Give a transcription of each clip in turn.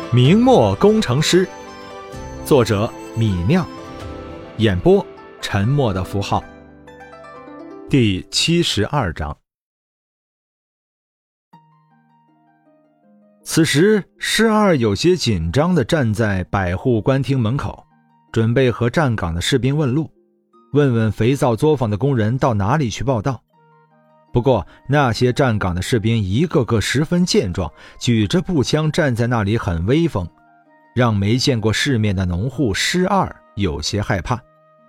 明末工程师，作者米酿，演播沉默的符号。第72章。此时施二有些紧张地站在百户官厅门口，准备和站岗的士兵问路，问问肥皂作坊的工人到哪里去报道。不过那些站岗的士兵一个个十分健壮，举着步枪站在那里很威风，让没见过世面的农户施二有些害怕。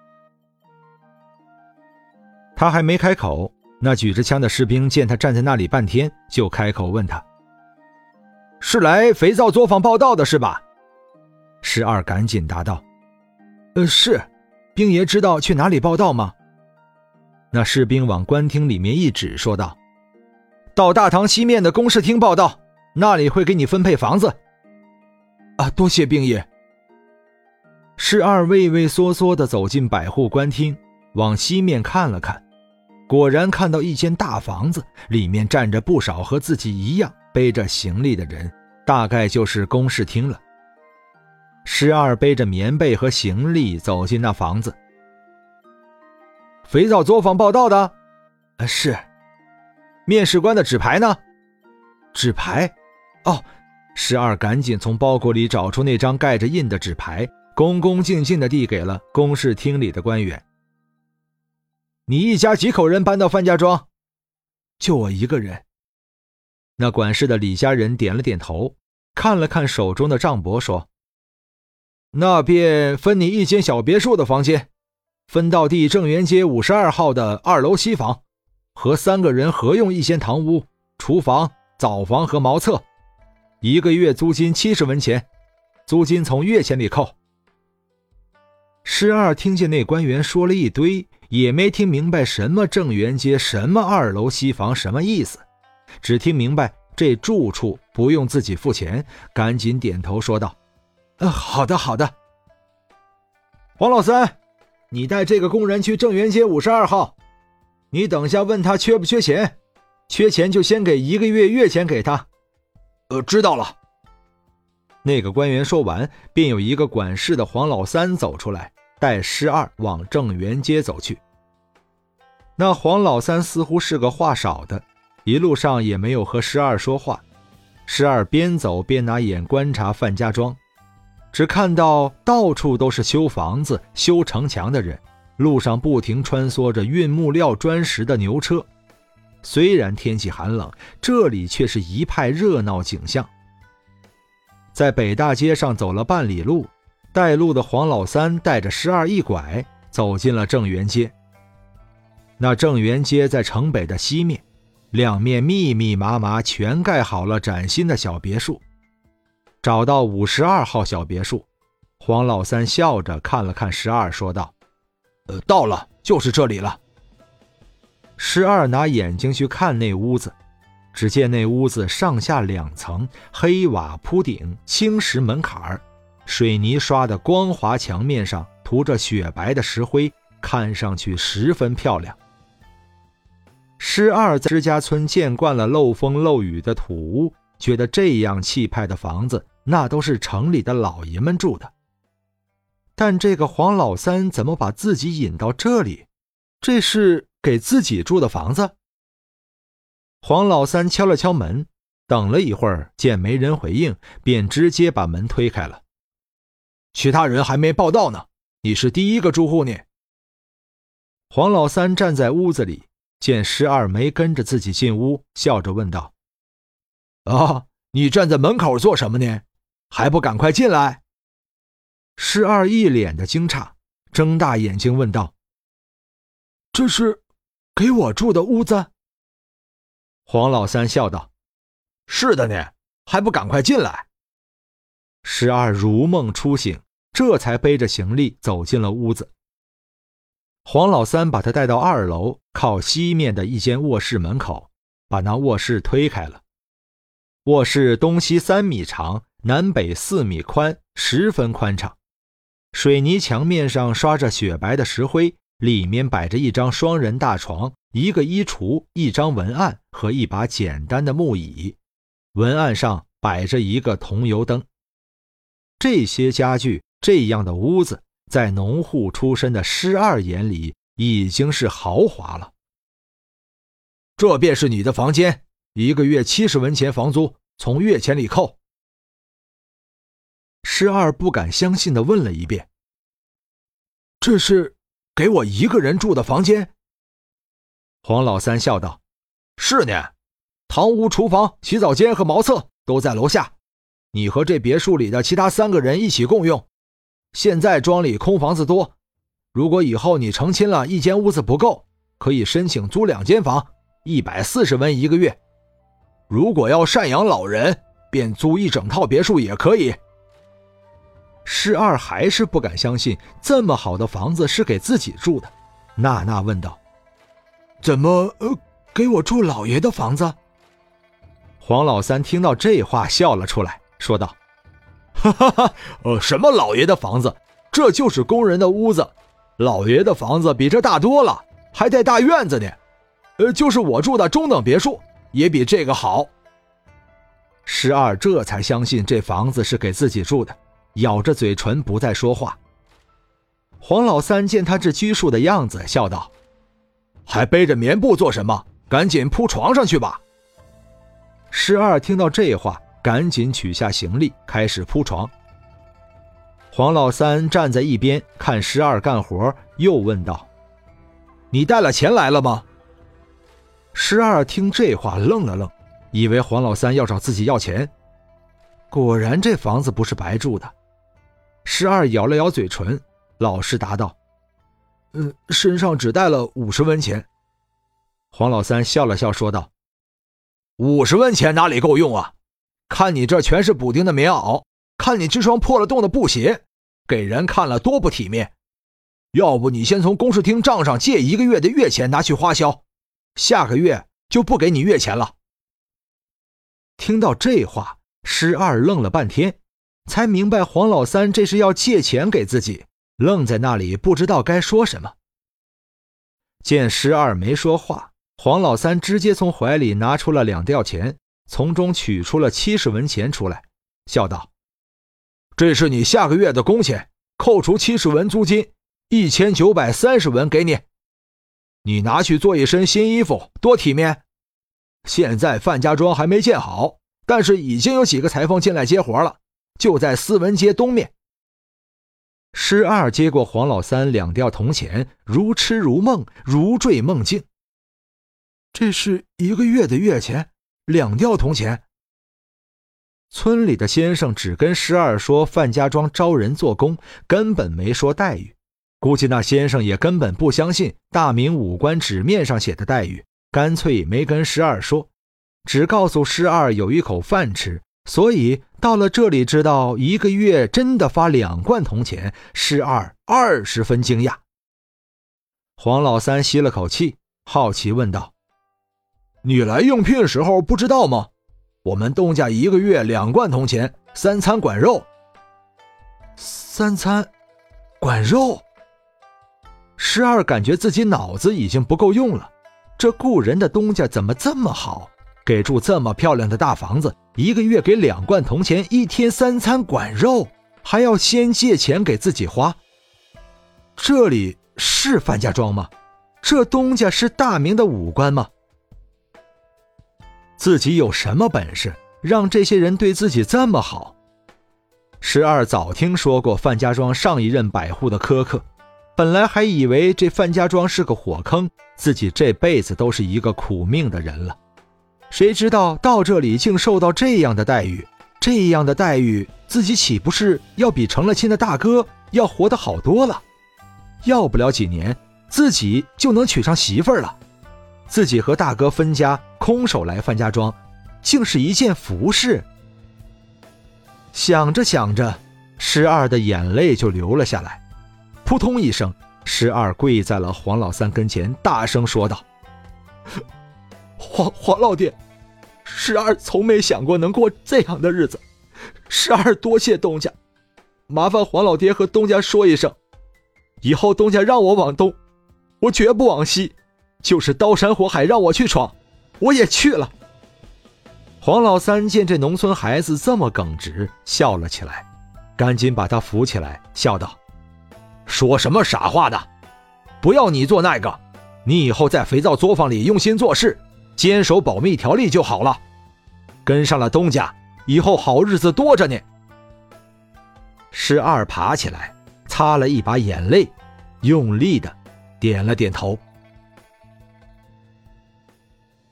他还没开口，那举着枪的士兵见他站在那里半天，就开口问他：是来肥皂作坊报道的是吧？施二赶紧答道：是，兵爷知道去哪里报道吗？那士兵往官厅里面一指，说道：到大堂西面的公事厅报道，那里会给你分配房子。多谢兵爷。施二畏畏缩缩地走进百户官厅，往西面看了看，果然看到一间大房子，里面站着不少和自己一样背着行李的人，大概就是公事厅了。施二背着棉被和行李走进那房子。肥皂作坊报道的？是。面试官的纸牌呢？纸牌？施二赶紧从包裹里找出那张盖着印的纸牌，恭恭敬敬地递给了公事厅里的官员。你一家几口人搬到范家庄？就我一个人。那管事的李家人点了点头，看了看手中的账簿，说：那便分你一间小别墅的房间，分到地正元街52号的2楼西房，和3个人合用一间堂屋、厨房、澡房和茅厕，1个月租金70文钱，租金从月钱里扣。施二听见那官员说了一堆，也没听明白什么正元街，什么2楼西房，什么意思，只听明白这住处不用自己付钱，赶紧点头说道：好的好的。黄老三，你带这个工人去正元街52号，你等下问他缺不缺钱，缺钱就先给1个月月钱给他。知道了。那个官员说完，便有一个管事的黄老三走出来，带施二往正元街走去。那黄老三似乎是个话少的，一路上也没有和施二说话。施二边走边拿眼观察范家庄，只看到到处都是修房子、修城墙的人，路上不停穿梭着运木料砖石的牛车。虽然天气寒冷，这里却是一派热闹景象。在北大街上走了半里路，带路的黄老三带着施二一拐，走进了正元街。那正元街在城北的西面，两面密密麻麻全盖好了崭新的小别墅。找到52号小别墅，黄老三笑着看了看施二，说道：到了，就是这里了。施二拿眼睛去看那屋子，只见那屋子上下2层，黑瓦铺顶，青石门槛，水泥刷的光滑墙面上涂着雪白的石灰，看上去十分漂亮。施二在施家村见惯了漏风漏雨的土屋，觉得这样气派的房子那都是城里的老爷们住的。但这个黄老三怎么把自己引到这里？这是给自己住的房子？黄老三敲了敲门，等了一会儿，见没人回应，便直接把门推开了。其他人还没报到呢，你是第一个住户呢。黄老三站在屋子里，见施二没跟着自己进屋，笑着问道：你站在门口做什么呢？还不赶快进来？施二一脸的惊诧，睁大眼睛问道：这是给我住的屋子？黄老三笑道：是的呢，还不赶快进来？施二如梦初醒，这才背着行李走进了屋子。黄老三把他带到2楼靠西面的一间卧室门口，把那卧室推开了。卧室东西3米长，南北4米宽，十分宽敞。水泥墙面上刷着雪白的石灰，里面摆着一张双人大床，一个衣橱，一张文案和一把简单的木椅，文案上摆着一个桐油灯。 这些家具，这样的屋子，在农户出身的施二眼里已经是豪华了。这便是你的房间，1个月70文钱房租，从月钱里扣。施二不敢相信地问了一遍：这是给我一个人住的房间？黄老三笑道：是呢，堂屋、厨房、洗澡间和茅厕都在楼下，你和这别墅里的其他3个人一起共用。现在庄里空房子多，如果以后你成亲了，一间屋子不够，可以申请租2间房，140文1个月。如果要赡养老人，便租一整套别墅也可以。施二还是不敢相信这么好的房子是给自己住的，娜娜问道：怎么给我住老爷的房子？黄老三听到这话笑了出来，说道：哈哈哈，什么老爷的房子，这就是工人的屋子，老爷的房子比这大多了，还带大院子呢。就是我住的中等别墅，也比这个好。施二这才相信这房子是给自己住的，咬着嘴唇不再说话。黄老三见他这拘束的样子，笑道：还背着棉布做什么？赶紧铺床上去吧。施二听到这话，赶紧取下行李，开始铺床。黄老三站在一边看施二干活，又问道：你带了钱来了吗？施二听这话愣了愣，以为黄老三要找自己要钱。果然这房子不是白住的。施二咬了咬嘴唇，老实答道：身上只带了50文钱。黄老三笑了笑说道：50文钱哪里够用啊？看你这全是补丁的棉袄，看你这双破了洞的布鞋，给人看了多不体面。要不你先从公事厅账上借1个月的月钱拿去花销，下个月就不给你月钱了。听到这话，施二愣了半天，才明白黄老三这是要借钱给自己，愣在那里不知道该说什么。见施二没说话，黄老三直接从怀里拿出了2吊钱，从中取出了70文钱出来，笑道：这是你下个月的工钱，扣除70文租金，1930文给你。你拿去做一身新衣服，多体面。现在范家庄还没建好，但是已经有几个裁缝进来接活了，就在思文街东面。施二接过黄老三2吊铜钱，如痴如梦，如坠梦境。这是1个月的月钱，2吊铜钱。村里的先生只跟施二说范家庄招人做工，根本没说待遇。估计那先生也根本不相信大明武官纸面上写的待遇，干脆没跟施二说，只告诉施二有一口饭吃。所以到了这里知道1个月真的发2贯铜钱，施二20分惊讶。黄老三吸了口气，好奇问道：你来应聘时候不知道吗？我们东家1个月2贯铜钱，3餐管肉。3餐管肉？施二感觉自己脑子已经不够用了，这雇人的东家怎么这么好，给住这么漂亮的大房子，1个月给2贯铜钱，1天3餐管肉，还要先借钱给自己花。这里是范家庄吗？这东家是大明的武官吗？自己有什么本事让这些人对自己这么好？施二早听说过范家庄上一任百户的苛刻，本来还以为这范家庄是个火坑，自己这辈子都是一个苦命的人了。谁知道到这里竟受到这样的待遇，这样的待遇自己岂不是要比成了亲的大哥要活得好多了？要不了几年，自己就能娶上媳妇儿了。自己和大哥分家，空手来范家庄，竟是一件福事。想着想着，施二的眼泪就流了下来。扑通一声，施二跪在了黄老三跟前，大声说道：黄老爹，施二从没想过能过这样的日子，施二多谢东家，麻烦黄老爹和东家说一声，以后东家让我往东，我绝不往西，就是刀山火海让我去闯，我也去了。黄老三见这农村孩子这么耿直，笑了起来， 赶紧把他扶起来，笑道：说什么傻话呢？不要你做那个，你以后在肥皂作坊里用心做事，坚守保密条例就好了。跟上了东家，以后好日子多着呢。施二爬起来，擦了一把眼泪，用力的点了点头。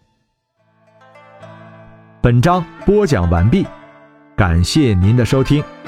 本章播讲完毕，感谢您的收听。